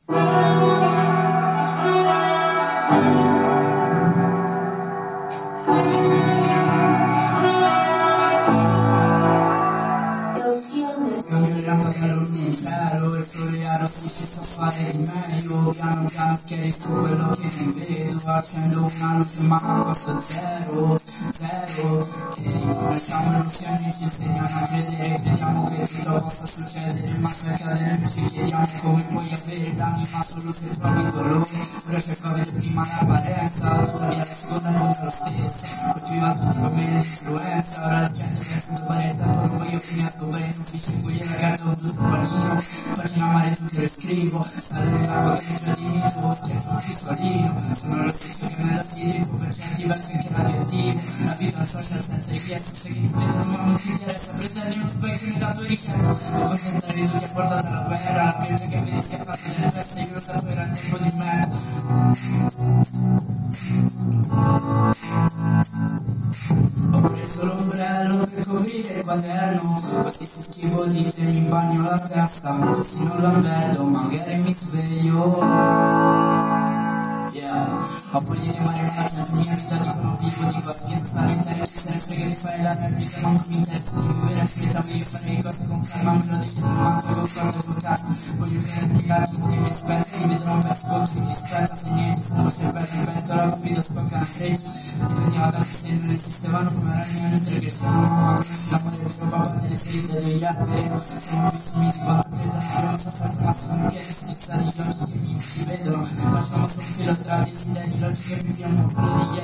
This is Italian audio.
in cielo, il sole arrossisce a fare di meglio. Piano piano schiarisco quello che non vedo, accendo una luce ma a costo zero, zero. Lasciamo i nostri amici, insegnano a credere, crediamo che tutto possa succedere, ma se accade noi ci chiediamo come puoi avere l'anima solo se provi dolore. Ora cerco avere prima l'apparenza, tuttavia la seconda non è lo stesso, coltiva tutti come l'influenza. Ora la gente pensa di fare il tempo, non voglio finire a scoprire in ufficio in cui la carta ho tutto un panino, pagina mare tu che lo scrivo, stare nell'acqua che non c'è diritto, schiaccio un pistolino, sono lo stesso che me lo sidrico, per certi versi anche radioattivo, la vita è un social senza richieste, se che ti vedono ma non ti interessa, pretendi uno specchio nella tua ricetta, e concentrare tutti a portata alla guerra, la pioggia che vedi si è fatta nelle feste, io lo sapevo era il tempo di merda. Ho preso l'ombrello per coprire il quaderno, così se scrivo di te mi bagno la testa, così non la perdo, magari mi sveglio. Ho voglia di amare ma la gente mia vita dicono vivo, di cose che non stanno in terra, chi se ne frega di fare la mia vita, manco mi interessa di vivere infinita, io farei cose con calma, me lo dice un altro, concordo con calma, voglio prendere il attimo che mi aspetta, mi vedono un pezzo con chi mi dispetta, se niente, fumo cervello in pentola, cupido scocca una freccia, dipendeva da me se non esistevano come ragioni intergressione, mamma conosce l'amore vero, papà delle ferite degli altri, siamo vicini di quanto credono, abbiamo già fatto massimo in piedi strizzati, gli occhi che mi si vedono, facciamo un filo tra desideri, logiche più via un po' quello di